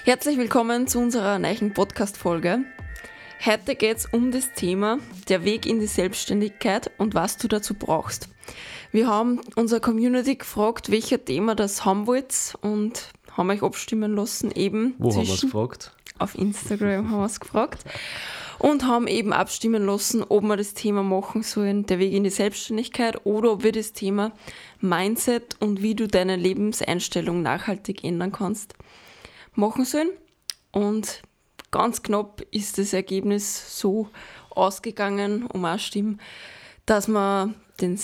Herzlich willkommen zu unserer neuen Podcast-Folge. Heute geht es um das Thema der Weg in die Selbstständigkeit und was du dazu brauchst. Wir haben unsere Community gefragt, welches Thema das haben wollt und haben euch abstimmen lassen. Wo haben wir es gefragt? Auf Instagram haben wir es gefragt. Und haben eben abstimmen lassen, ob wir das Thema machen sollen, der Weg in die Selbstständigkeit, oder ob wir das Thema Mindset und wie du deine Lebenseinstellung nachhaltig ändern kannst, machen sollen. Und ganz knapp ist das Ergebnis so ausgegangen, um eine Stimme, dass wir den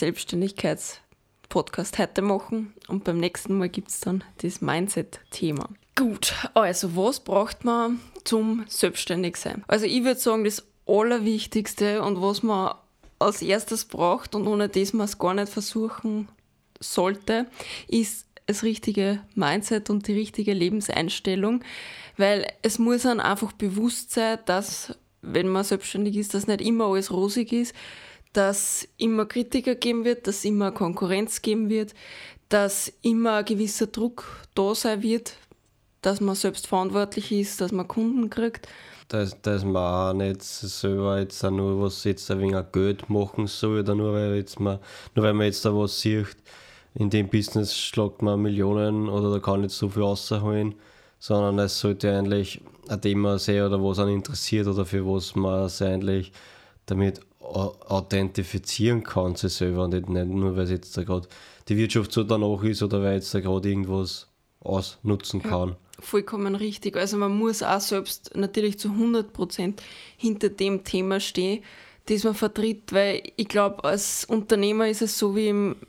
Selbstständigkeitspodcast heute machen und beim nächsten Mal gibt es dann das Mindset-Thema. Gut, also was braucht man zum Selbstständigsein? Also ich würde sagen, das Allerwichtigste und was man als erstes braucht und ohne das man es gar nicht versuchen sollte, ist das richtige Mindset und die richtige Lebenseinstellung, weil es muss einem einfach bewusst sein, dass, wenn man selbstständig ist, dass nicht immer alles rosig ist, dass immer Kritiker geben wird, dass immer Konkurrenz geben wird, dass immer ein gewisser Druck da sein wird, dass man selbst verantwortlich ist, dass man Kunden kriegt. Dass man auch nicht selber jetzt auch nur was jetzt ein wenig Geld machen soll, oder nur weil man jetzt da was sieht, in dem Business schlagt man Millionen oder da kann nicht so viel rausholen, sondern es sollte eigentlich ein Thema sein oder was einen interessiert oder für was man sich eigentlich damit authentifizieren kann, sich selber, und nicht nur, weil es jetzt da gerade die Wirtschaft so danach ist oder weil jetzt da gerade irgendwas ausnutzen kann. Ja, vollkommen richtig. Also man muss auch selbst natürlich zu 100% hinter dem Thema stehen, das man vertritt, weil ich glaube, als Unternehmer ist es so wie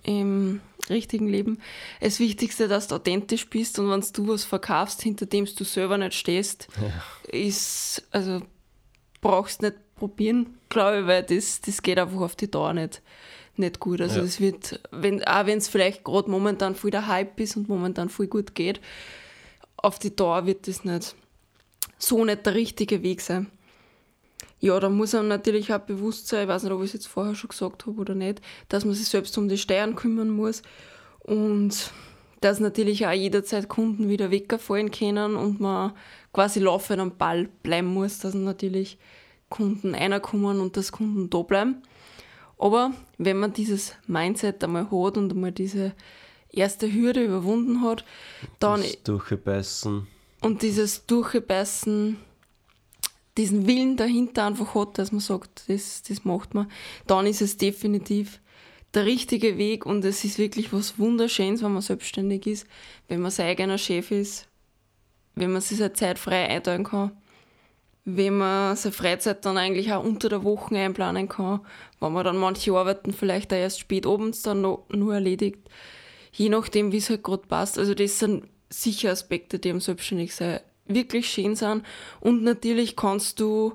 im richtigen Leben das Wichtigste, dass du authentisch bist, und wenn du was verkaufst, hinter dem du selber nicht stehst, brauchst du nicht probieren, glaube ich, weil das geht einfach auf die Dauer nicht gut. Also das wird, wenn es vielleicht gerade momentan voll der Hype ist und momentan voll gut geht, auf die Dauer wird das nicht der richtige Weg sein. Ja, da muss einem natürlich auch bewusst sein, ich weiß nicht, ob ich es jetzt vorher schon gesagt habe oder nicht, dass man sich selbst um die Steuern kümmern muss und dass natürlich auch jederzeit Kunden wieder weggefallen können und man quasi laufend am Ball bleiben muss, dass natürlich Kunden reinkommen und dass Kunden da bleiben. Aber wenn man dieses Mindset einmal hat und einmal diese erste Hürde überwunden hat, dann... Das Durchbeißen. Und dieses Durchbeißen, diesen Willen dahinter einfach hat, dass man sagt, das macht man, dann ist es definitiv der richtige Weg, und es ist wirklich was Wunderschönes, wenn man selbstständig ist, wenn man sein eigener Chef ist, wenn man sich seine Zeit frei einteilen kann, wenn man seine Freizeit dann eigentlich auch unter der Woche einplanen kann, wenn man dann manche Arbeiten vielleicht auch erst spät abends dann nur erledigt, je nachdem, wie es halt gerade passt. Also das sind sicher Aspekte, die am Selbstständigsein wirklich schön sind. Und natürlich kannst du,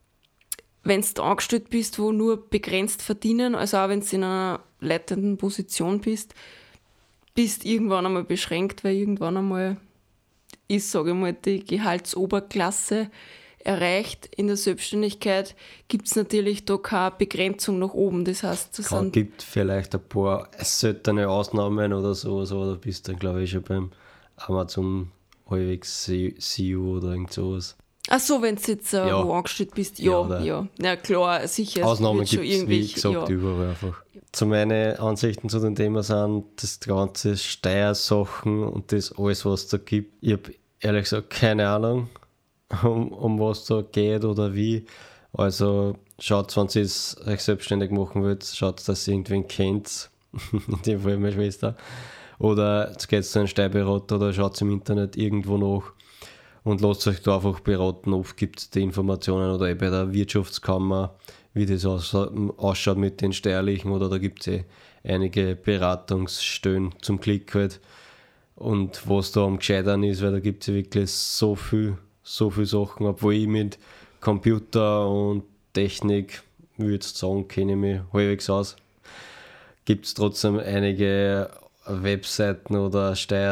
wenn du angestellt bist, wo nur begrenzt verdienen, also auch wenn du in einer leitenden Position bist irgendwann einmal beschränkt, weil irgendwann einmal ist, sage ich mal, die Gehaltsoberklasse erreicht. In der Selbstständigkeit gibt es natürlich da keine Begrenzung nach oben. Das heißt, es gibt vielleicht ein paar seltene Ausnahmen oder sowas, aber da bist du dann, glaube ich, schon beim Amazon halbwegs CEO oder irgend sowas. Ach so, wenn du jetzt wo angestellt bist, ja. Ja, klar, sicher. Ausnahmen gibt es, wie gesagt, überall einfach. Zu meinen Ansichten zu dem Thema sind das ganze Steuersachen und das alles, was es da gibt. Ich habe ehrlich gesagt keine Ahnung, um was da geht oder wie. Also schaut, wenn ihr es euch selbstständig machen wollt, schaut, dass ihr irgendwen kennt. In dem Fall meine Schwester. Oder jetzt geht zu einem Steuerberater oder schaut im Internet irgendwo nach und lasst euch da einfach beraten. Oft gibt es die Informationen oder bei der Wirtschaftskammer, wie das ausschaut mit den Steuerlichen, oder da gibt es einige Beratungsstellen zum Klick halt. Und was da am Gescheitern ist, weil da gibt es wirklich so viel Sachen, obwohl ich mit Computer und Technik, würde ich sagen, kenne ich mich halbwegs aus. Gibt es trotzdem einige Webseiten oder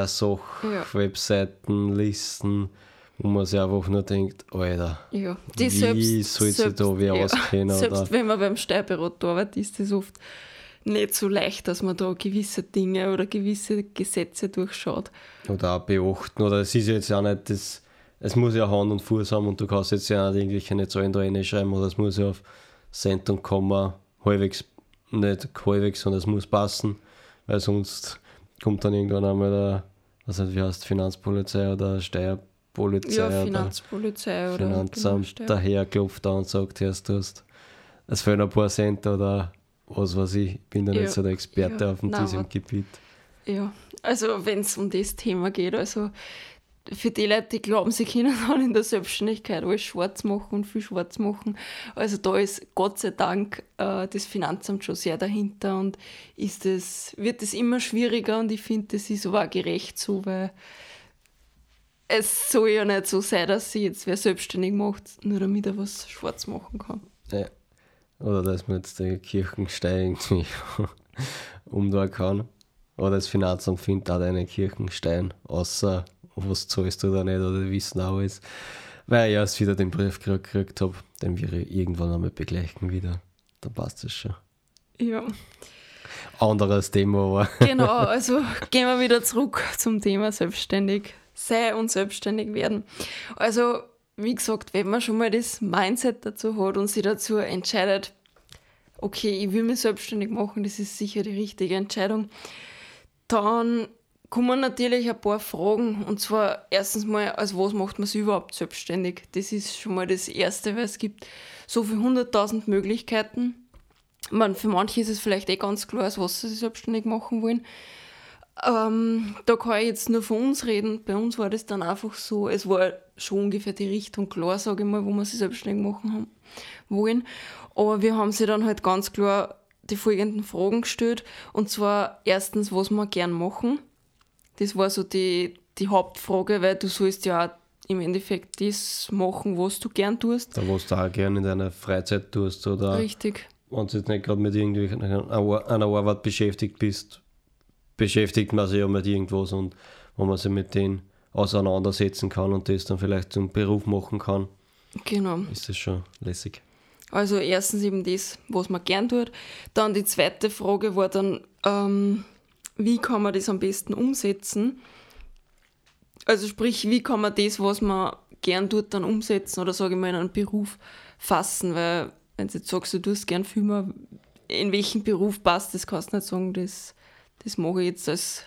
Steuersachen-Webseiten, Listen, wo man sich einfach nur denkt, Alter, wie soll sich da wer auskennen? Selbst oder? Wenn man beim Steuerberater arbeitet, ist das oft nicht so leicht, dass man da gewisse Dinge oder gewisse Gesetze durchschaut. Oder auch beachten. Oder es ist jetzt auch nicht es muss ja Hand und Fuß haben und du kannst jetzt ja nicht irgendwelche Zahlen da reinschreiben oder es muss ja auf Cent und Komma nicht halbwegs, sondern es muss passen, weil sonst kommt dann irgendwann einmal der, was heißt, wie heißt Finanzpolizei oder Steuerpolizei ja, Finanzpolizei oder Finanzamt genau, daherklopft da und sagt, du hast, es fehlen ein paar Cent oder was weiß ich bin da nicht so der Experte auf diesem Gebiet. Ja, also wenn es um das Thema geht, also für die Leute, die glauben, sie können dann in der Selbstständigkeit alles schwarz machen und viel schwarz machen. Also da ist Gott sei Dank das Finanzamt schon sehr dahinter und wird es immer schwieriger und ich finde, das ist aber auch gerecht so, weil es soll ja nicht so sein, dass sie jetzt wer selbstständig macht, nur damit er was schwarz machen kann. Ja. Oder dass man jetzt die Kirchensteuer irgendwie umdrehen kann. Oder das Finanzamt findet auch deine Kirchenstein, außer was zahlst du da nicht oder die wissen auch alles. Weil ich erst wieder den Brief gekriegt habe, den wir irgendwann einmal begleichen wieder. Dann passt das schon. Ja. Anderes Thema, aber. Genau, also gehen wir wieder zurück zum Thema selbstständig sein und selbstständig werden. Also, wie gesagt, wenn man schon mal das Mindset dazu hat und sich dazu entscheidet, okay, ich will mich selbstständig machen, das ist sicher die richtige Entscheidung, dann kommen natürlich ein paar Fragen. Und zwar erstens mal, als was macht man sich überhaupt selbstständig? Das ist schon mal das Erste, weil es gibt so viele 100.000 Möglichkeiten. Für manche ist es vielleicht ganz klar, als was sie sich selbstständig machen wollen. Da kann ich jetzt nur von uns reden. Bei uns war das dann einfach so, es war schon ungefähr die Richtung klar, sage ich mal, wo wir sich selbstständig machen wollen. Aber wir haben sie dann halt ganz klar die folgenden Fragen gestellt. Und zwar erstens, was wir gern machen. Das war so die Hauptfrage, weil du sollst ja auch im Endeffekt das machen, was du gern tust. Da was du auch gern in deiner Freizeit tust. Oder richtig. Wenn du jetzt nicht gerade mit einer Arbeit beschäftigt bist, beschäftigt man sich ja mit irgendwas und wenn man sich mit denen auseinandersetzen kann und das dann vielleicht zum Beruf machen kann, genau, ist das schon lässig. Also erstens eben das, was man gern tut. Dann die zweite Frage war dann, wie kann man das am besten umsetzen? Also sprich, wie kann man das, was man gern tut, dann umsetzen oder sage ich mal in einen Beruf fassen? Weil wenn du jetzt sagst, du tust gern Filme, in welchem Beruf passt, das kannst du nicht sagen, das mache ich jetzt als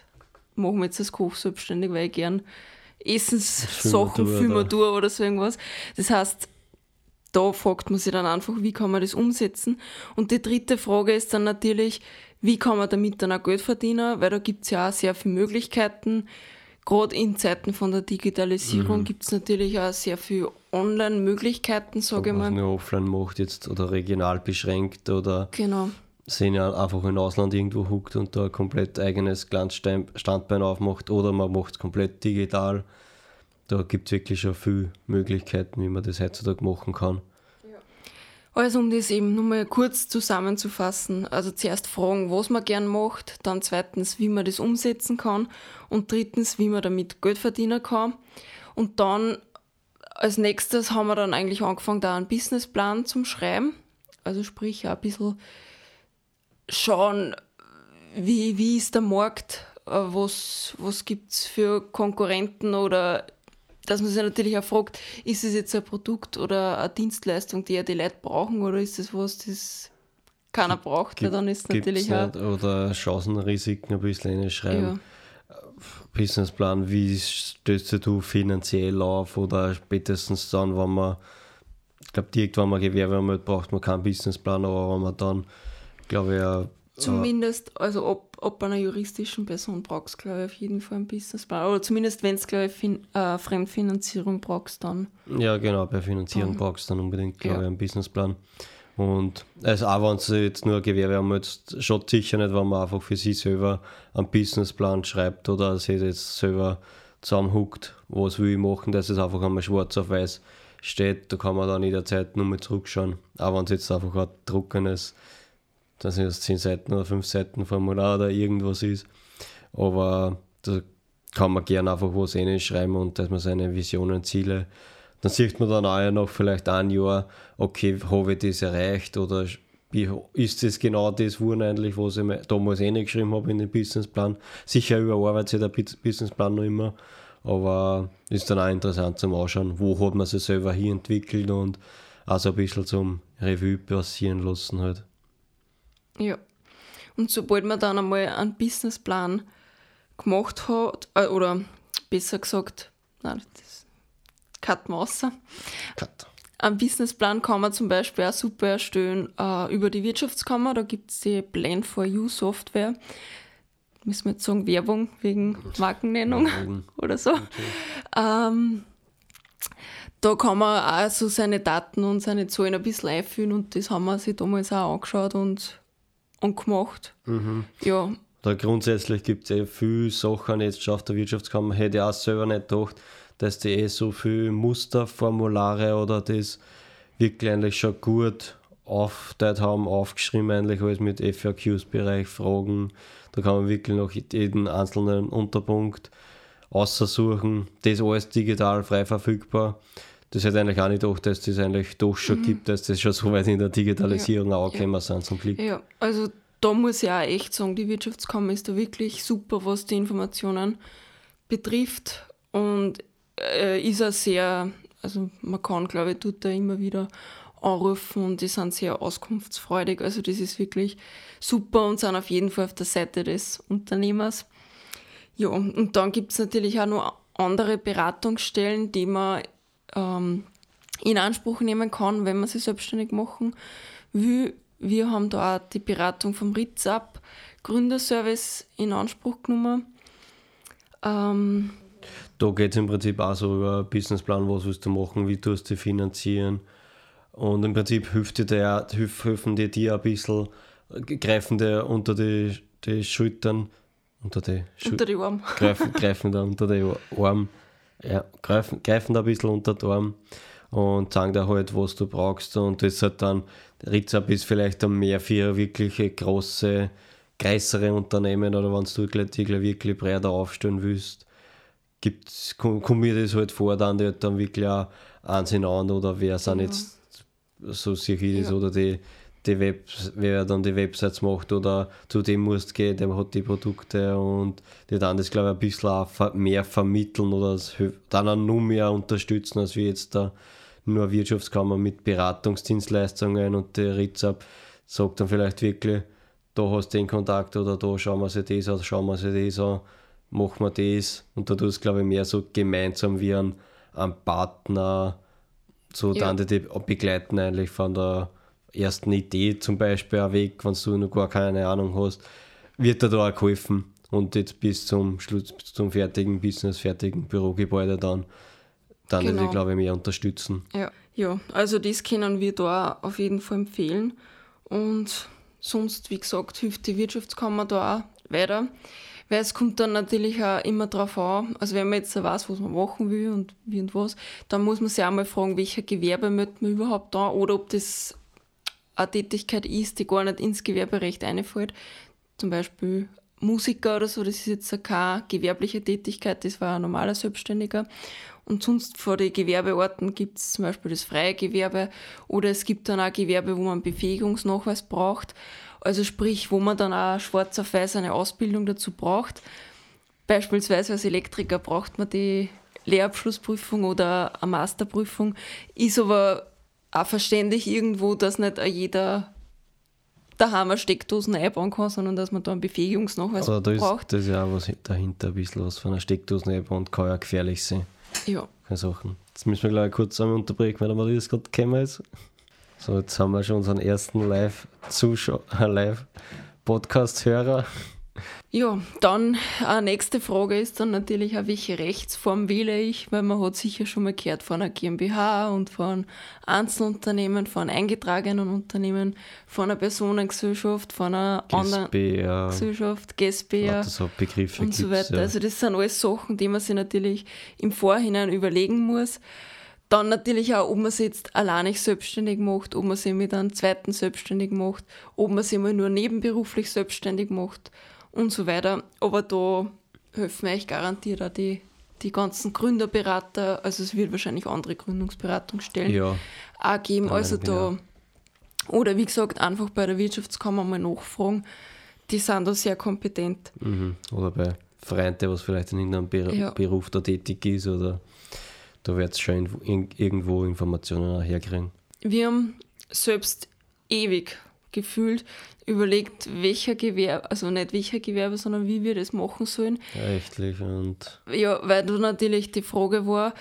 Koch selbstständig, weil ich gern Essenssachen Filme tue oder so irgendwas. Das heißt, da fragt man sich dann einfach, wie kann man das umsetzen? Und die dritte Frage ist dann natürlich, wie kann man damit dann auch Geld verdienen? Weil da gibt es ja auch sehr viele Möglichkeiten. Gerade in Zeiten von der Digitalisierung gibt es natürlich auch sehr viele Online-Möglichkeiten, sage ich mal. Was man offline macht jetzt oder regional beschränkt oder genau. sind ja einfach im Ausland irgendwo huckt und da ein komplett eigenes kleines Standbein aufmacht oder man macht es komplett digital. Da gibt es wirklich schon viele Möglichkeiten, wie man das heutzutage machen kann. Also um das eben nochmal kurz zusammenzufassen, also zuerst fragen, was man gern macht, dann zweitens, wie man das umsetzen kann und drittens, wie man damit Geld verdienen kann. Und dann als nächstes haben wir dann eigentlich angefangen, da einen Businessplan zum Schreiben, also sprich auch ein bisschen schauen, wie ist der Markt, was gibt es für Konkurrenten oder dass man sich natürlich auch fragt, ist es jetzt ein Produkt oder eine Dienstleistung, die ja die Leute brauchen oder ist es was, das keiner braucht? Weil dann ist natürlich auch... Oder Chancenrisiken ein bisschen reinschreiben. Ja. Businessplan, wie stößt du finanziell auf oder spätestens dann, wenn man, ich glaube, direkt, wenn man Gewerbe anmeldet, braucht man keinen Businessplan, aber wenn man dann, glaube ich, ja, zumindest, also ob einer juristischen Person brauchst, glaube ich, auf jeden Fall einen Businessplan. Oder zumindest, wenn es, glaube ich, Fremdfinanzierung brauchst, dann. Ja, genau, bei Finanzierung brauchst du dann unbedingt, glaube ich, einen Businessplan. Und also auch wenn du jetzt nur ein Gewerbe anmeldest, schaut sicher nicht, wenn man einfach für sich selber einen Businessplan schreibt oder sich jetzt selber zusammenhuckt, was will ich machen, dass es einfach einmal schwarz auf weiß steht. Da kann man dann jederzeit nur mal zurückschauen. Auch wenn es jetzt einfach ein trockenes, dass es 10 Seiten oder 5 Seiten Formular oder irgendwas ist. Aber da kann man gerne einfach was reinschreiben und dass man seine Visionen, Ziele, dann sieht man dann auch ja nach vielleicht ein Jahr, okay, habe ich das erreicht oder ist das genau das geworden eigentlich, was ich damals geschrieben habe in den Businessplan. Sicher überarbeitet sich der Businessplan noch immer, Aber ist dann auch interessant zum Anschauen, wo hat man sich selber hier entwickelt und also ein bisschen zum Revue passieren lassen halt. Ja. Und sobald man dann einmal einen Businessplan gemacht hat, oder besser gesagt, nein, das cutten wir raus. Cut. Einen Businessplan kann man zum Beispiel auch super erstellen über die Wirtschaftskammer. Da gibt es die Plan for You Software. Müssen wir jetzt sagen, Werbung wegen Markennennung oder so. Da kann man auch so seine Daten und seine Zahlen ein bisschen einfüllen und das haben wir sich damals auch angeschaut und gemacht. Mhm. Ja. Da grundsätzlich gibt es viele Sachen jetzt schon auf der Wirtschaftskammer. Hätte ich auch selber nicht gedacht, dass die so viele Musterformulare oder das wirklich eigentlich schon gut aufgeteilt haben, aufgeschrieben eigentlich alles mit FAQs-Bereich, Fragen. Da kann man wirklich noch jeden einzelnen Unterpunkt aussuchen. Das ist alles digital frei verfügbar. Das hätte eigentlich auch nicht gedacht, dass das eigentlich doch schon gibt, dass das schon so weit in der Digitalisierung auch angekommen sind zum Glück. Ja, also da muss ich auch echt sagen, die Wirtschaftskammer ist da wirklich super, was die Informationen betrifft und ist auch sehr, also man kann, glaube ich, dort da immer wieder anrufen und die sind sehr auskunftsfreudig. Also das ist wirklich super und sind auf jeden Fall auf der Seite des Unternehmers. Ja, und dann gibt es natürlich auch noch andere Beratungsstellen, die man in Anspruch nehmen kann, wenn man sich selbstständig machen will. Wir haben da auch die Beratung vom Ritzab Gründerservice in Anspruch genommen. Da geht es im Prinzip auch so über einen Businessplan, was willst du machen, wie tust du finanzieren. Und im Prinzip helfen die ein bisschen, greifen dir unter die Schultern, unter die Arme. Greifen da unter die Arme, ja, greifen da ein bisschen unter den Arm und sagen dir halt, was du brauchst. Und das hat dann, Ritzab ist vielleicht dann mehr für wirkliche große, größere Unternehmen oder wenn du dich wirklich breiter aufstellen willst. Kommt mir das halt vor, dann die halt dann wirklich auch einsehen an oder wer sind jetzt so sicher das oder wer dann die Websites macht oder zu dem musst gehen, der hat die Produkte und die dann das glaube ich ein bisschen auch mehr vermitteln oder dann auch nur mehr unterstützen, als wie jetzt da nur eine Wirtschaftskammer mit Beratungsdienstleistungen und der Ritzab sagt dann vielleicht wirklich, da hast du den Kontakt oder da schauen wir sich das an, schauen wir sich das an, machen wir das und da tust du glaube ich mehr so gemeinsam wie ein Partner so dann die begleiten eigentlich von der ersten Idee zum Beispiel auch weg, wenn du noch gar keine Ahnung hast, wird dir da auch geholfen und jetzt bis zum Schluss, bis zum fertigen Business, fertigen Bürogebäude dann genau. Die glaube ich mehr unterstützen. Ja, also das können wir da auf jeden Fall empfehlen und sonst, wie gesagt, hilft die Wirtschaftskammer da auch weiter. Weil es kommt dann natürlich auch immer darauf an, also wenn man jetzt weiß, was man machen will und wie und was, dann muss man sich auch mal fragen, welcher Gewerbe möchte man überhaupt da oder ob das eine Tätigkeit ist, die gar nicht ins Gewerberecht einfällt. Zum Beispiel Musiker oder so, das ist jetzt keine gewerbliche Tätigkeit, das war ein normaler Selbstständiger. Und sonst vor den Gewerbeorten gibt es zum Beispiel das freie Gewerbe oder es gibt dann auch Gewerbe, wo man einen Befähigungsnachweis braucht. Also sprich, wo man dann auch schwarz auf weiß eine Ausbildung dazu braucht. Beispielsweise als Elektriker braucht man die Lehrabschlussprüfung oder eine Masterprüfung. Ist aber auch verständlich irgendwo, dass nicht jeder daheim eine Steckdosen einbauen kann, sondern dass man da einen Befähigungsnachweis braucht. Das ist ja auch was dahinter, ein bisschen was von einer Steckdosen einbauen kann ja gefährlich sein. Ja. Keine Sachen. Jetzt müssen wir gleich kurz einmal unterbrechen, weil der Matthias gerade gekommen ist. So, jetzt haben wir schon unseren ersten Live-Podcast-Hörer. Ja, dann eine nächste Frage ist dann natürlich auch, welche Rechtsform wähle ich, weil man hat sicher schon mal gehört von einer GmbH und von Einzelunternehmen, von eingetragenen Unternehmen, von einer Personengesellschaft, von einer anderen Gesellschaft, GmbH so Begriffe und so weiter. Ja. Also das sind alles Sachen, die man sich natürlich im Vorhinein überlegen muss. Dann natürlich auch, ob man sich jetzt alleinig selbstständig macht, ob man sich mit einem zweiten selbstständig macht, ob man sich mal nur nebenberuflich selbstständig macht und so weiter. Aber da helfen euch garantiert auch die ganzen Gründerberater, also es wird wahrscheinlich andere Gründungsberatungsstellen auch geben. Also da, oder wie gesagt, einfach bei der Wirtschaftskammer mal nachfragen, die sind da sehr kompetent. Oder bei Freund, der was vielleicht in irgendeinem Beruf da tätig ist, oder da wird es schon irgendwo Informationen auch herkriegen. Wir haben selbst ewig gefühlt überlegt, welcher Gewerbe, also nicht welcher Gewerbe, sondern wie wir das machen sollen. Rechtlich und... Ja, weil da natürlich die Frage war,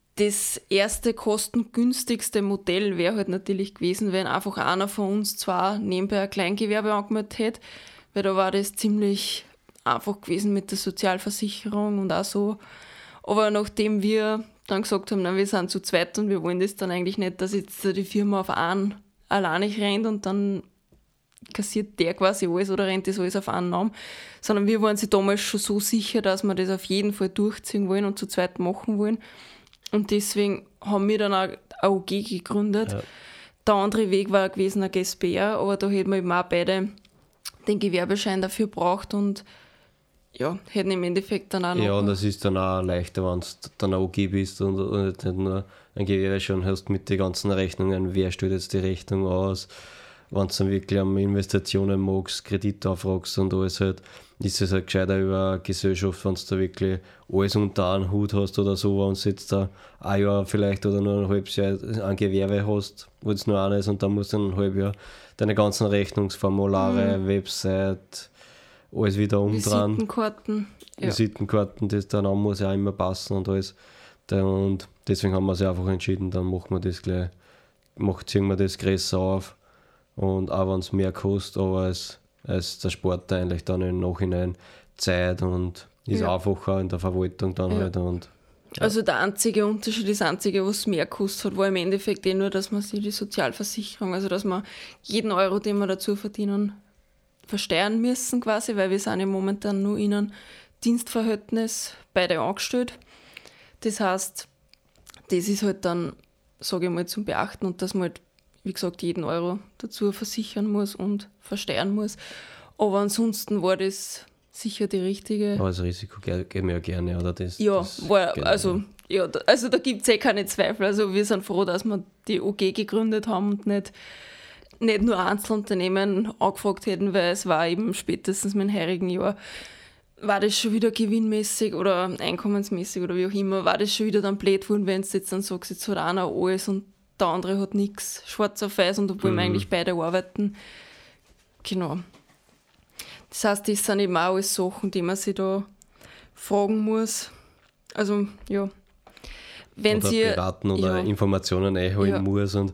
das erste kostengünstigste Modell wäre halt natürlich gewesen, wenn einfach einer von uns zwar nebenbei ein Kleingewerbe angemeldet hätte, weil da war das ziemlich einfach gewesen mit der Sozialversicherung und auch so. Aber nachdem wir dann gesagt haben, nein, wir sind zu zweit und wir wollen das dann eigentlich nicht, dass jetzt die Firma auf einen alleine rennt und dann kassiert der quasi alles oder rennt das alles auf einen Namen, sondern wir waren sich damals schon so sicher, dass wir das auf jeden Fall durchziehen wollen und zu zweit machen wollen. Und deswegen haben wir dann auch eine OG gegründet. Ja. Der andere Weg war gewesen, ein GSBR, aber da hätten wir eben auch beide den Gewerbeschein dafür braucht und ja, hätten im Endeffekt dann auch noch... Ja, und das ist dann auch leichter, wenn du dann OG bist und nicht nur ein Gewerbeschein hast mit den ganzen Rechnungen, wer stellt jetzt die Rechnung aus, wenn du dann wirklich an Investitionen magst, Kredit aufragst und alles halt, ist es halt gescheiter über eine Gesellschaft, wenn du da wirklich alles unter einen Hut hast oder so, wenn du jetzt da ein Jahr vielleicht oder nur ein halbes Jahr ein Gewerbe hast, wo es nur einer ist und dann musst du ein halbes Jahr deine ganzen Rechnungsformulare, Website, alles wieder umdrehen. Visitenkarten, das dann an muss ja auch immer passen und alles. Und deswegen haben wir sich einfach entschieden, dann machen wir das gleich, ziehen wir das größer auf. Und auch wenn es mehr kostet, aber als der Sport eigentlich dann im Nachhinein Zeit und ist einfacher in der Verwaltung dann halt. Und, ja. Also der einzige Unterschied, das einzige, was mehr gekostet hat, war im Endeffekt nur, dass man sich die Sozialversicherung, also dass man jeden Euro, den wir dazu verdienen, versteuern müssen quasi, weil wir sind ja momentan nur in einem Dienstverhältnis beide angestellt. Das heißt, das ist halt dann, sage ich mal, zum Beachten und dass man halt, wie gesagt, jeden Euro dazu versichern muss und versteuern muss. Aber ansonsten war das sicher die richtige... Aber das Risiko geben wir ja gerne, oder? Ja, also da gibt es keine Zweifel. Also wir sind froh, dass wir die OG gegründet haben und nicht nur Einzelunternehmen angefragt hätten, weil es war eben spätestens mit dem heurigen Jahr, war das schon wieder gewinnmäßig oder einkommensmäßig oder wie auch immer, war das schon wieder dann blöd geworden, wenn du jetzt dann sagst, jetzt hat einer alles und der andere hat nichts, schwarz auf weiß, und obwohl wir eigentlich beide arbeiten. Genau. Das heißt, das sind eben auch alles Sachen, die man sich da fragen muss. Also, ja. Wenn oder Sie beraten oder Informationen einholen muss und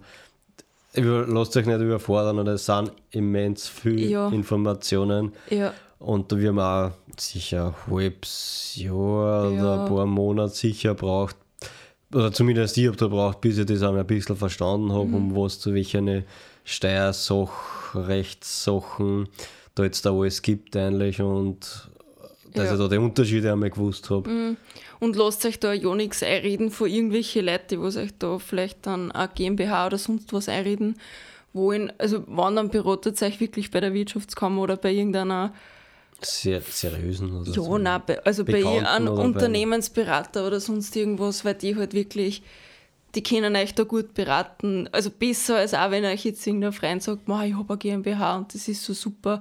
lasst euch nicht überfordern, oder es sind immens viele Informationen. Ja. Und da werden wir auch sicher ein halbes Jahr oder ein paar Monate sicher braucht, oder zumindest ich habe da braucht, bis ich das auch ein bisschen verstanden habe, um was zu welchen Steuersachen, Rechtssachen da jetzt da alles gibt eigentlich, und dass ich da die Unterschiede einmal gewusst habe. Und lasst euch da ja nichts einreden von irgendwelchen Leuten, die was euch da vielleicht dann auch GmbH oder sonst was einreden wollen. Also wenn, dann beratet euch wirklich bei der Wirtschaftskammer oder bei irgendeiner sehr seriösen oder so. Ja, nein, also bei einem Unternehmensberater oder sonst irgendwas, weil die halt wirklich, die können euch da gut beraten. Also besser als auch, wenn euch jetzt irgendein Freund sagt, ich habe eine GmbH und das ist so super.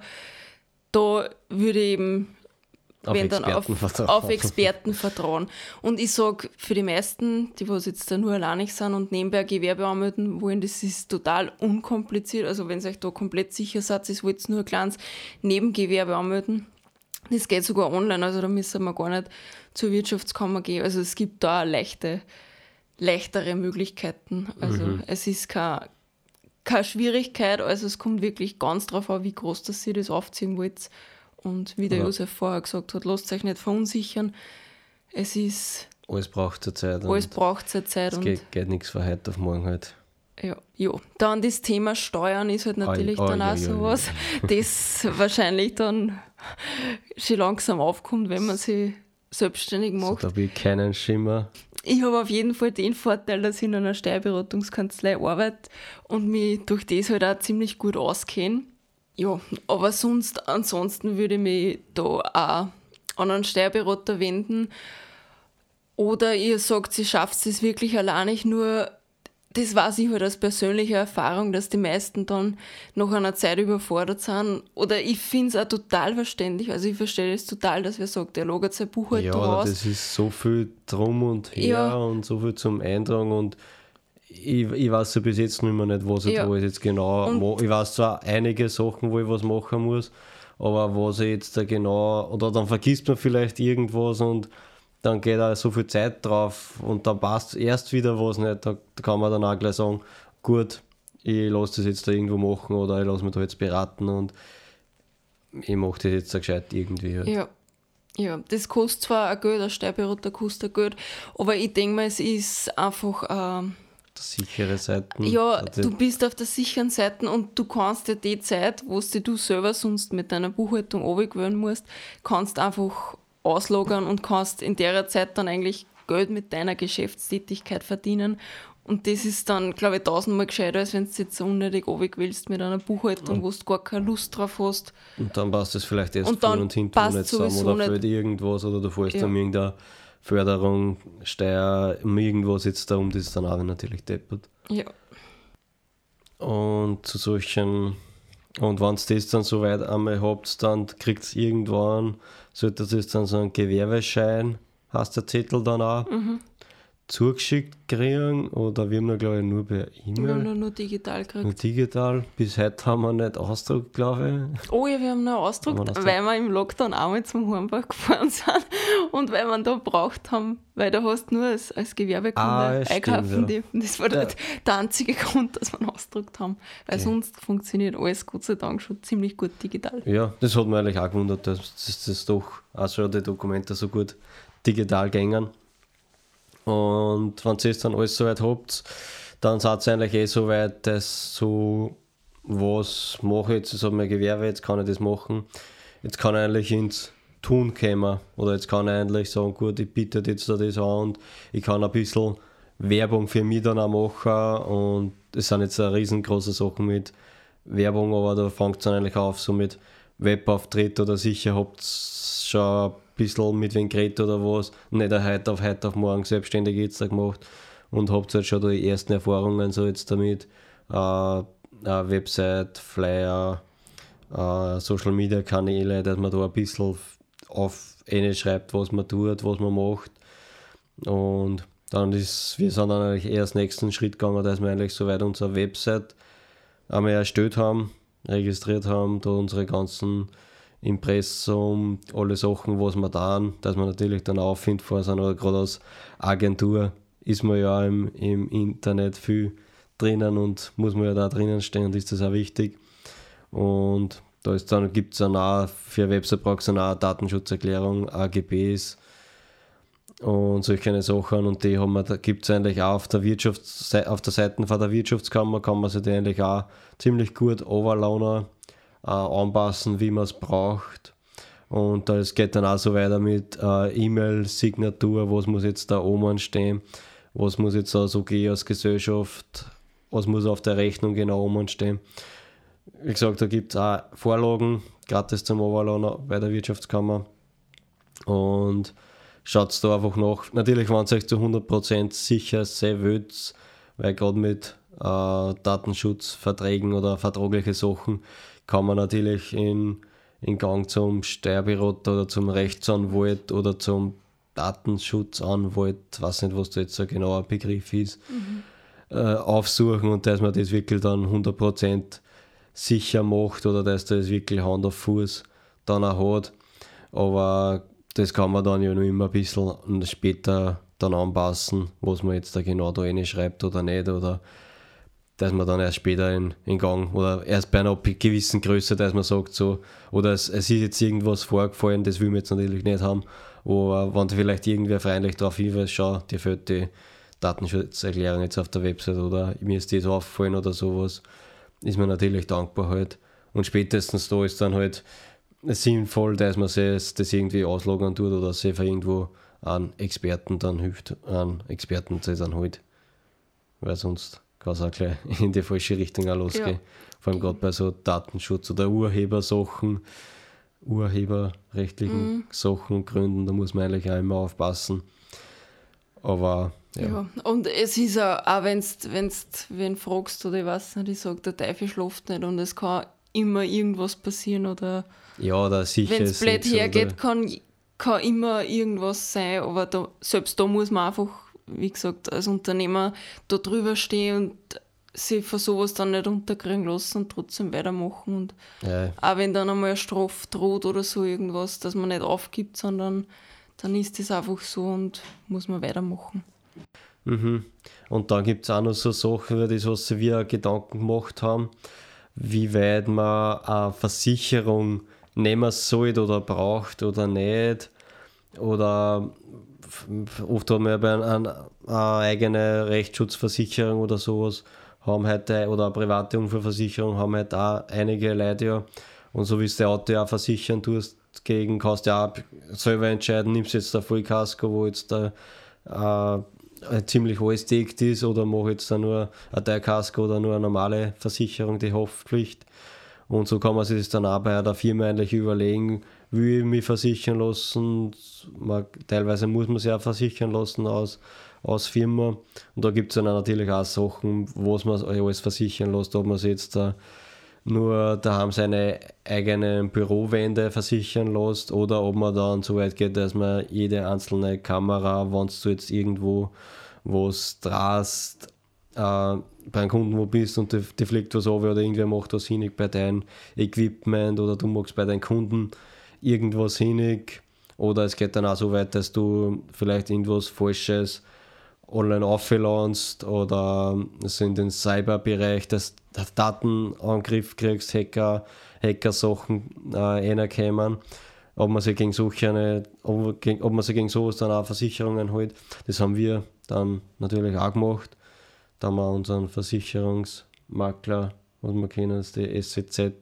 Da würde ich eben auf Experten vertrauen. Und ich sage, für die meisten, die was jetzt da nur alleinig sind und nebenbei ein Gewerbe anmelden wollen, das ist total unkompliziert. Also wenn ihr euch da komplett sicher seid, ihr wollt nur ein kleines Nebengewerbe anmelden. Das geht sogar online, also da müssen wir gar nicht zur Wirtschaftskammer gehen. Also es gibt da auch leichtere Möglichkeiten. Also es ist keine Schwierigkeit, also es kommt wirklich ganz drauf an, wie groß das ihr das aufziehen wollt. Und wie der Josef vorher gesagt hat, lasst euch nicht verunsichern. Es ist... Alles braucht zur Zeit. Es geht nichts von heute auf morgen halt. Ja. Dann das Thema Steuern ist halt natürlich dann auch sowas, das wahrscheinlich dann schon langsam aufkommt, wenn man sich selbstständig macht. Da habe ich keinen Schimmer. Ich habe auf jeden Fall den Vorteil, dass ich in einer Steuerberatungskanzlei arbeite und mich durch das halt auch ziemlich gut auskenne. Ja, aber ansonsten würde ich mich da auch an einen Steuerberater wenden. Oder ihr sagt, sie schafft es wirklich alleinig, nur das weiß ich halt aus persönlicher Erfahrung, dass die meisten dann nach einer Zeit überfordert sind. Oder ich finde es auch total verständlich. Also ich verstehe es total, dass wer sagt, der lagert sein Buchhaltung raus. Ja, das ist so viel drum und her und so viel zum Eintragen und ich weiß ja bis jetzt noch immer nicht, was ich da jetzt genau. Ich weiß zwar einige Sachen, wo ich was machen muss, aber was ich jetzt da genau, oder dann vergisst man vielleicht irgendwas und dann geht auch so viel Zeit drauf und dann passt erst wieder was nicht. Da kann man dann auch gleich sagen, gut, ich lasse das jetzt da irgendwo machen oder ich lasse mich da jetzt beraten und ich mache das jetzt da gescheit irgendwie halt. Ja, das kostet zwar ein Geld, ein Steuerberater kostet ein Geld, aber ich denke mal, es ist einfach sichere Seiten. Ja, du bist auf der sicheren Seite und du kannst ja die Zeit, wo du selber sonst mit deiner Buchhaltung runtergewöhnen musst, kannst einfach auslagern und kannst in der Zeit dann eigentlich Geld mit deiner Geschäftstätigkeit verdienen. Und das ist dann, glaube ich, 1000-mal gescheiter, als wenn du jetzt so unnötig runtergewillst mit einer Buchhaltung, wo du gar keine Lust drauf hast. Und dann passt das vielleicht erst vorne und hinten nicht zusammen oder fällt irgendwas oder du fällst dann irgendeine Förderung, Steuer, irgendwas jetzt da das ist dann auch natürlich deppert. Ja. Und zu solchen, und wenn ihr das dann soweit einmal habt, dann kriegt ihr irgendwann, sollte das dann so ein Gewerbeschein, heißt der Zettel dann auch, zugeschickt kriegen oder wir haben ihn, glaube ich, nur per E-Mail. Wir haben nur digital gekriegt. Nur digital. Bis heute haben wir nicht ausgedruckt, glaube ich. Oh ja, wir haben noch ausgedruckt, weil wir im Lockdown einmal zum Heimbach gefahren sind und weil wir ihn da gebraucht haben, weil da hast du nur als Gewerbekunde einkaufen dürfen. Das war der einzige Grund, dass wir ihn ausgedruckt haben, weil sonst funktioniert alles Gott sei Dank schon ziemlich gut digital. Ja, das hat mich eigentlich auch gewundert, dass das doch auch schon die Dokumente so gut digital gängen. Und wenn ihr es dann alles soweit habt, dann seid ihr eigentlich so weit, dass so, was mache ich jetzt, ich habe mein Gewerbe, jetzt kann ich das machen, jetzt kann ich eigentlich ins Tun kommen oder jetzt kann ich eigentlich sagen, gut, ich biete jetzt da das an und ich kann ein bisschen Werbung für mich dann auch machen und das sind jetzt eine riesengroße Sachen mit Werbung, aber da fängt es dann eigentlich auf, so mit Webauftritt oder sicher habt ihr schon ein bisschen mit wem geredet oder was, nicht heute auf morgen selbstständig jetzt da gemacht und habt halt schon die ersten Erfahrungen so jetzt damit, Website, Flyer, Social Media Kanäle, dass man da ein bisschen auf schreibt, was man tut, was man macht und dann wir sind dann eigentlich erst nächsten Schritt gegangen, dass wir eigentlich soweit unsere Website einmal erstellt haben, registriert haben, da unsere ganzen Impressum, alle Sachen, was wir tun, dass man natürlich dann auffindbar sind oder gerade als Agentur ist man ja im Internet viel drinnen und muss man ja da drinnen stehen und ist das auch wichtig. Und da gibt es dann auch für Website brauchst du dann auch Datenschutzerklärung, AGBs und solche Sachen und die gibt es eigentlich auch auf der Seite von der Wirtschaftskammer, kann man sich die eigentlich auch ziemlich gut overladen, anpassen, wie man es braucht. Und es geht dann auch so weiter mit E-Mail-Signatur, was muss jetzt da oben stehen, was muss jetzt als OG, als Gesellschaft, was muss auf der Rechnung genau oben stehen. Wie gesagt, da gibt es auch Vorlagen, gratis zum Overladen bei der Wirtschaftskammer. Und schaut da einfach nach. Natürlich, wenn ihr euch zu 100% sicher sein wollt, weil gerade mit Datenschutzverträgen oder vertragliche Sachen kann man natürlich in Gang zum Steuerberater oder zum Rechtsanwalt oder zum Datenschutzanwalt, weiß nicht, was da jetzt so genau ein Begriff ist, aufsuchen und dass man das wirklich dann 100% sicher macht oder dass das wirklich Hand auf Fuß dann auch hat. Aber das kann man dann ja noch immer ein bisschen später dann anpassen, was man jetzt da genau da reinschreibt oder nicht, oder dass man dann erst später in Gang oder erst bei einer gewissen Größe, dass man sagt so, oder es ist jetzt irgendwas vorgefallen, das will man jetzt natürlich nicht haben, aber wenn vielleicht irgendwer freilich darauf hinweist, schau, dir fehlt die Datenschutzerklärung jetzt auf der Website oder mir ist das aufgefallen oder sowas, ist man natürlich dankbar halt. Und spätestens da ist dann halt sinnvoll, dass man sich das irgendwie auslagern tut oder sich für irgendwo an Experten dann hilft, an Experten sich dann halt. Weil sonst kann es auch gleich in die falsche Richtung auch losgehen. Ja. Vor allem gerade bei so Datenschutz oder Urhebersachen, urheberrechtlichen Sachen, Gründen, da muss man eigentlich auch immer aufpassen. Aber Ja, und es ist auch wenn du wen fragst oder ich weiß nicht, ich sage, der Teufel schläft nicht und es kann immer irgendwas passieren oder sicher wenn es blöd hergeht, kann immer irgendwas sein, aber selbst da muss man einfach, wie gesagt, als Unternehmer da drüber stehen und sich von sowas dann nicht unterkriegen lassen und trotzdem weitermachen und auch wenn dann einmal eine Strafe droht oder so irgendwas, dass man nicht aufgibt, sondern dann ist das einfach so und muss man weitermachen. Mhm. Und dann gibt es auch noch so Sachen, über das, was wir Gedanken gemacht haben, wie weit man eine Versicherung nehmen sollte oder braucht oder nicht. Oder oft haben wir eine eigene Rechtsschutzversicherung oder sowas, haben heute, oder eine private Unfallversicherung, haben halt auch einige Leute ja. Und so wie es der Auto auch versichern tust, kannst du ja auch selber entscheiden, nimmst du jetzt ein Vollkasko, wo jetzt ziemlich alles deckt ist, oder mache jetzt da nur ein Teilkasko oder nur eine normale Versicherung, die Haftpflicht. Und so kann man sich das dann auch bei der Firma eigentlich überlegen, will ich mich versichern lassen. Teilweise muss man sich auch versichern lassen aus Firma. Und da gibt es dann auch natürlich auch Sachen, was man alles versichern lässt, ob man sich jetzt nur daheim seine eigenen Bürowände versichern lässt oder ob man dann so weit geht, dass man jede einzelne Kamera, wenn du jetzt irgendwo was drast, bei einem Kunden wo bist und die fliegt was ab oder irgendwer macht was hinig bei deinem Equipment oder du machst bei deinen Kunden irgendwas hinig, oder es geht dann auch so weit, dass du vielleicht irgendwas Falsches online aufladest oder so in den Cyberbereich, dass du Datenangriff kriegst, Hacker-Sachen reinkommen, ob man sich gegen sowas dann auch Versicherungen holt. Das haben wir dann natürlich auch gemacht. Da haben wir unseren Versicherungsmakler, was wir kennen, das ist die SCZ,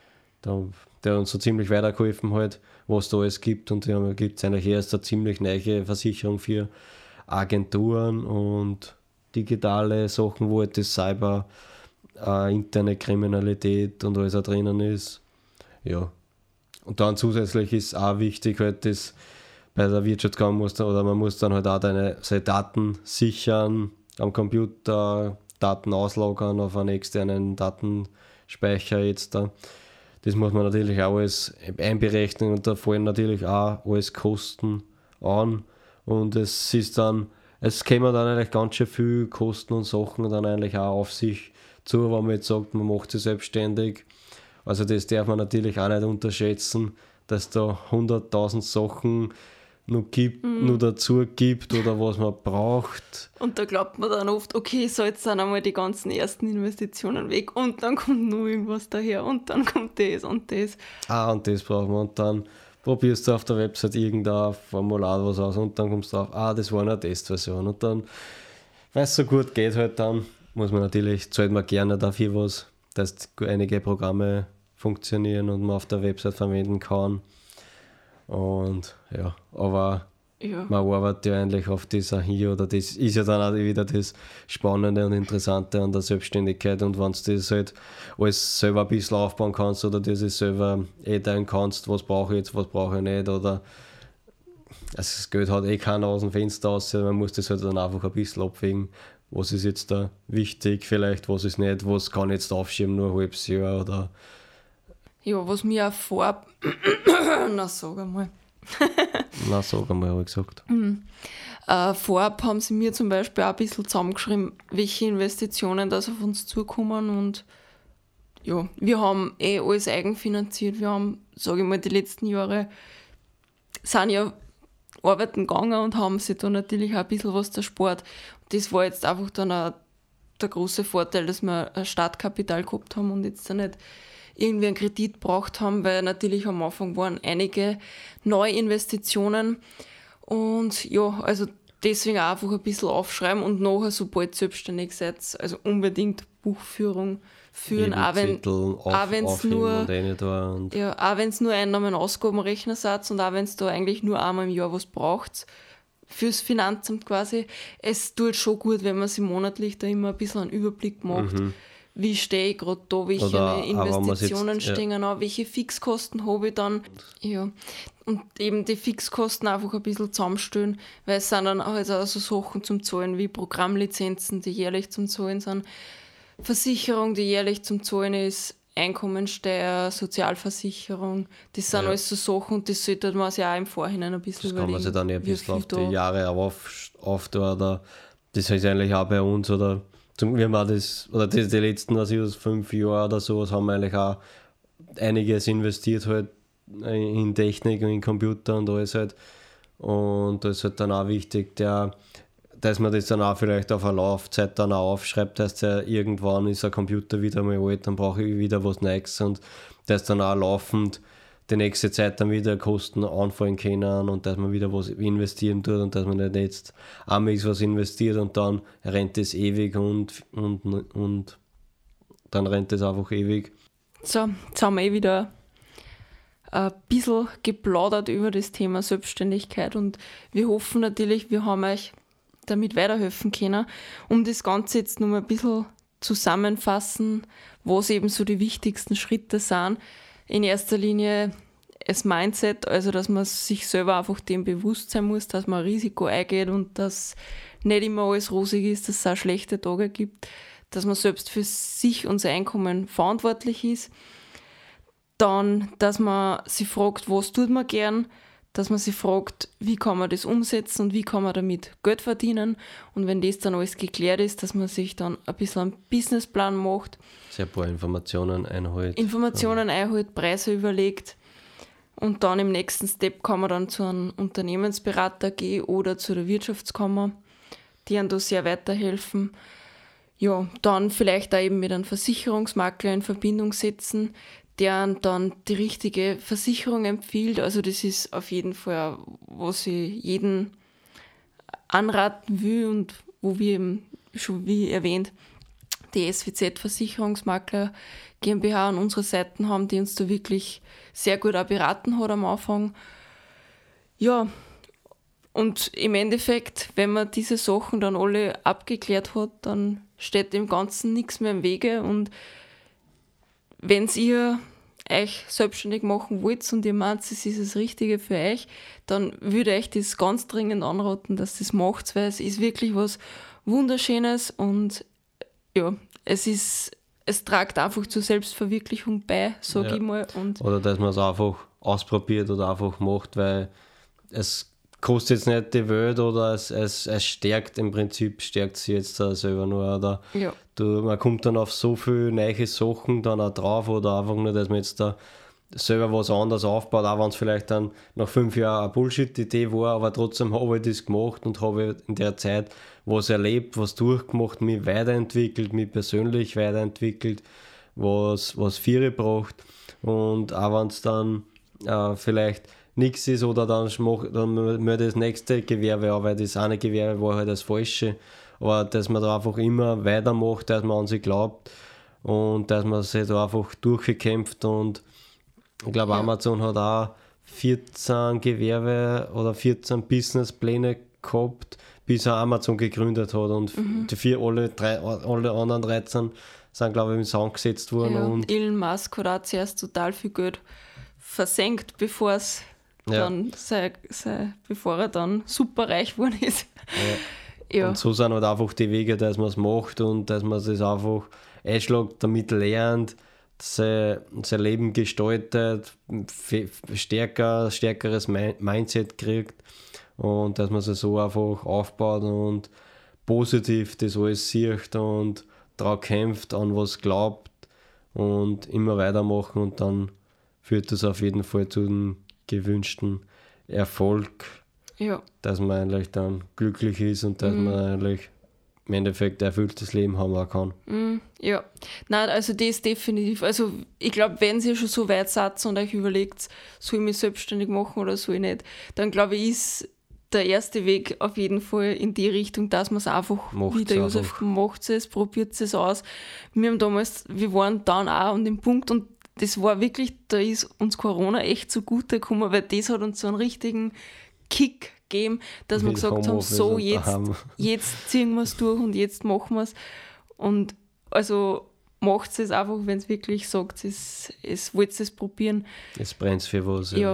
der uns so ziemlich weitergeholfen hat, was da alles gibt. Und da gibt es eigentlich erst eine ziemlich neue Versicherung für Agenturen und digitale Sachen, wo halt das Cyber, interne Kriminalität und alles auch drinnen ist. Ja. Und dann zusätzlich ist auch wichtig, halt das bei der Wirtschaftskammer man muss dann halt auch seine Daten sichern am Computer, Daten auslagern auf einen externen Datenspeicher jetzt da. Das muss man natürlich auch alles einberechnen und da fallen natürlich auch alles Kosten an. Und es kämen dann eigentlich ganz schön viel Kosten und Sachen dann eigentlich auch auf sich zu, wenn man jetzt sagt, man macht sich selbstständig. Also das darf man natürlich auch nicht unterschätzen, dass da 100.000 Sachen nur dazu gibt oder was man braucht. Und da glaubt man dann oft, okay, so jetzt sind einmal die ganzen ersten Investitionen weg und dann kommt nur irgendwas daher und dann kommt das und das. Und das braucht man und dann probierst du auf der Website irgendein Formular was aus und dann kommst du auf, das war eine Testversion. Und dann, weil es so gut geht halt, dann zahlt man gerne dafür was, dass einige Programme funktionieren und man auf der Website verwenden kann. Und ja, aber man arbeitet ja eigentlich auf dieser hier, oder das ist ja dann auch wieder das Spannende und Interessante an der Selbstständigkeit. Und wenn du das halt alles selber ein bisschen aufbauen kannst oder dir das selber teilen kannst, was brauche ich jetzt, was brauche ich nicht, oder das Geld hat keiner aus dem Fenster aus, man muss das halt dann einfach ein bisschen abwägen, was ist jetzt da wichtig vielleicht, was ist nicht, was kann ich jetzt aufschieben, nur ein halbes Jahr oder... Ja, was mir auch sag einmal, habe ich gesagt. Vorab haben sie mir zum Beispiel auch ein bisschen zusammengeschrieben, welche Investitionen das auf uns zukommen, und ja, wir haben alles eigenfinanziert. Wir haben, sage ich mal, die letzten Jahre sind ja arbeiten gegangen und haben sich da natürlich auch ein bisschen was erspart. Das war jetzt einfach dann auch der große Vorteil, dass wir ein Startkapital gehabt haben und jetzt dann nicht irgendwie einen Kredit braucht haben, weil natürlich am Anfang waren einige Neuinvestitionen. Und ja, also deswegen auch einfach ein bisschen aufschreiben und nachher, sobald selbstständig seid, also unbedingt Buchführung führen, auch wenn es nur Einnahmen-Ausgabenrechner seid und auch wenn es da eigentlich nur einmal im Jahr was braucht, fürs Finanzamt quasi. Es tut schon gut, wenn man sich monatlich da immer ein bisschen einen Überblick macht. Wie stehe ich gerade da, welche Investitionen stehen an, welche Fixkosten habe ich dann. Ja. und eben die Fixkosten einfach ein bisschen zusammenstellen, weil es sind dann halt auch so Sachen zum Zahlen wie Programmlizenzen, die jährlich zum Zahlen sind, Versicherung, die jährlich zum Zahlen ist, Einkommensteuer, Sozialversicherung, das sind alles so Sachen und das sollte man sich auch im Vorhinein ein bisschen überlegen. Das kann man sich dann ein bisschen auf die Jahre auftun, oder das ist eigentlich auch bei uns, oder wir haben auch die letzten 5 Jahre oder sowas haben wir eigentlich auch einiges investiert halt in Technik und in Computer und alles halt. Und da ist halt dann auch wichtig, dass man das dann auch vielleicht auf eine Laufzeit dann auch aufschreibt, dass irgendwann ist ein Computer wieder mal alt, dann brauche ich wieder was Neues und dass dann auch laufend die nächste Zeit dann wieder Kosten anfallen können und dass man wieder was investieren tut und dass man nicht jetzt einmal was investiert und dann rennt es ewig und dann rennt es einfach ewig. So, jetzt haben wir wieder ein bisschen geplaudert über das Thema Selbstständigkeit und wir hoffen natürlich, wir haben euch damit weiterhelfen können. Um das Ganze jetzt nur mal ein bisschen zusammenfassen, was eben so die wichtigsten Schritte sind. In erster Linie das Mindset, also dass man sich selber einfach dem bewusst sein muss, dass man ein Risiko eingeht und dass nicht immer alles rosig ist, dass es auch schlechte Tage gibt, dass man selbst für sich und sein Einkommen verantwortlich ist. Dann, dass man sich fragt, was tut man gern, dass man sich fragt, wie kann man das umsetzen und wie kann man damit Geld verdienen. Und wenn das dann alles geklärt ist, dass man sich dann ein bisschen einen Businessplan macht. Sehr paar Informationen einholt. Preise überlegt. Und dann im nächsten Step kann man dann zu einem Unternehmensberater gehen oder zu der Wirtschaftskammer, die einem da sehr weiterhelfen. Ja, dann vielleicht auch eben mit einem Versicherungsmakler in Verbindung setzen, der dann die richtige Versicherung empfiehlt. Also das ist auf jeden Fall, was ich jedem anraten will und wo wir eben schon, wie erwähnt, die SWZ Versicherungsmakler GmbH an unserer Seite haben, die uns da wirklich sehr gut auch beraten hat am Anfang. Ja, und im Endeffekt, wenn man diese Sachen dann alle abgeklärt hat, dann steht dem Ganzen nichts mehr im Wege. Und wenn ihr euch selbstständig machen wollt und ihr meint, es ist das Richtige für euch, dann würde ich das ganz dringend anraten, dass das macht, weil es ist wirklich was Wunderschönes und ja, es tragt einfach zur Selbstverwirklichung bei, sage ich mal. Und oder dass man es einfach ausprobiert oder einfach macht, weil es kostet jetzt nicht die Welt oder es stärkt im Prinzip, stärkt sich jetzt selber nur. Oder man kommt dann auf so viele neue Sachen dann auch drauf oder einfach nur, dass man jetzt da selber was anderes aufbaut, auch wenn es vielleicht dann nach 5 Jahren eine Bullshit-Idee war, aber trotzdem habe ich das gemacht und habe in der Zeit was erlebt, was durchgemacht, mich weiterentwickelt, mich persönlich weiterentwickelt, was Viere braucht und auch wenn es dann vielleicht nichts ist oder dann mir das nächste Gewerbe an, weil das eine Gewerbe war halt das falsche, aber dass man da einfach immer weitermacht, dass man an sich glaubt und dass man sich da einfach durchgekämpft und ich glaube Amazon hat auch 14 Gewerbe oder 14 Businesspläne gehabt, bis er Amazon gegründet hat und alle anderen 13 sind glaube ich im Sand gesetzt worden. Ja, und Elon Musk hat auch zuerst total viel Geld versenkt, bevor er dann super reich geworden ist. Ja. Und so sind halt einfach die Wege, dass man es macht und dass man es einfach einschlägt, damit lernt, sein Leben gestaltet, stärkeres Mindset kriegt und dass man es so einfach aufbaut und positiv das alles sieht und daran kämpft, an was glaubt und immer weitermachen und dann führt das auf jeden Fall zu dem gewünschten Erfolg, dass man eigentlich dann glücklich ist und dass man eigentlich im Endeffekt ein erfülltes Leben haben auch kann. Ja, nein, also das definitiv. Also ich glaube, wenn ihr schon so weit seid und euch überlegt, soll ich mich selbstständig machen oder soll ich nicht, dann glaube ich, ist der erste Weg auf jeden Fall in die Richtung, dass man es einfach, wie der Josef, macht es, probiert es aus. Wir waren dann auch an dem Punkt und das war wirklich, da ist uns Corona echt zugute gekommen, weil das hat uns so einen richtigen Kick gegeben, dass wir gesagt haben, so jetzt ziehen wir es durch und jetzt machen wir es. Und also macht es einfach, wenn es wirklich sagt, es wollt es probieren. Es brennt für was. Ja,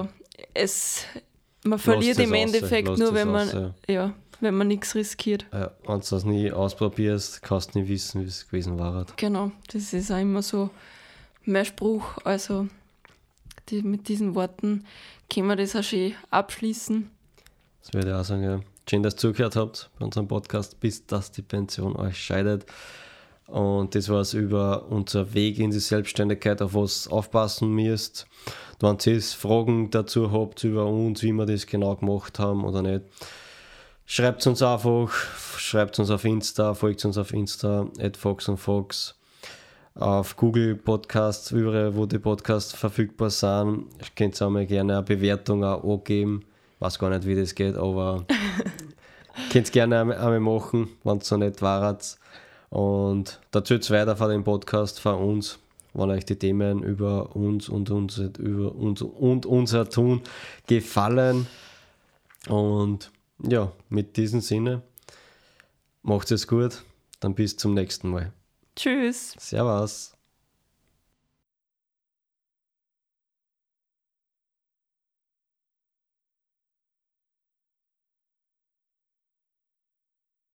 man verliert im Endeffekt nur, wenn man nichts riskiert. Ja, wenn du das nie ausprobierst, kannst du nie wissen, wie es gewesen war. Genau, das ist auch immer so mein Spruch. Also mit diesen Worten können wir das auch schön abschließen. Das würde ich auch sagen, ja. Schön, dass ihr zugehört habt bei unserem Podcast, bis dass die Pension euch scheidet. Und das war es über unser Weg in die Selbstständigkeit, auf was aufpassen müsst. Wenn ihr Fragen dazu habt über uns, wie wir das genau gemacht haben oder nicht, schreibt uns einfach, schreibt uns auf Insta, folgt uns auf Insta, @foxandfox, auf Google Podcasts, überall, wo die Podcasts verfügbar sind. Ihr könnt auch mal gerne eine Bewertung auch angeben. Ich weiß gar nicht, wie das geht, aber könnt es gerne einmal machen, wenn es so nicht war. Und dazu jetzt weiter von dem Podcast von uns, wenn euch die Themen über uns und unser Tun gefallen. Und ja, mit diesem Sinne, macht es gut, dann bis zum nächsten Mal. Tschüss. Servus.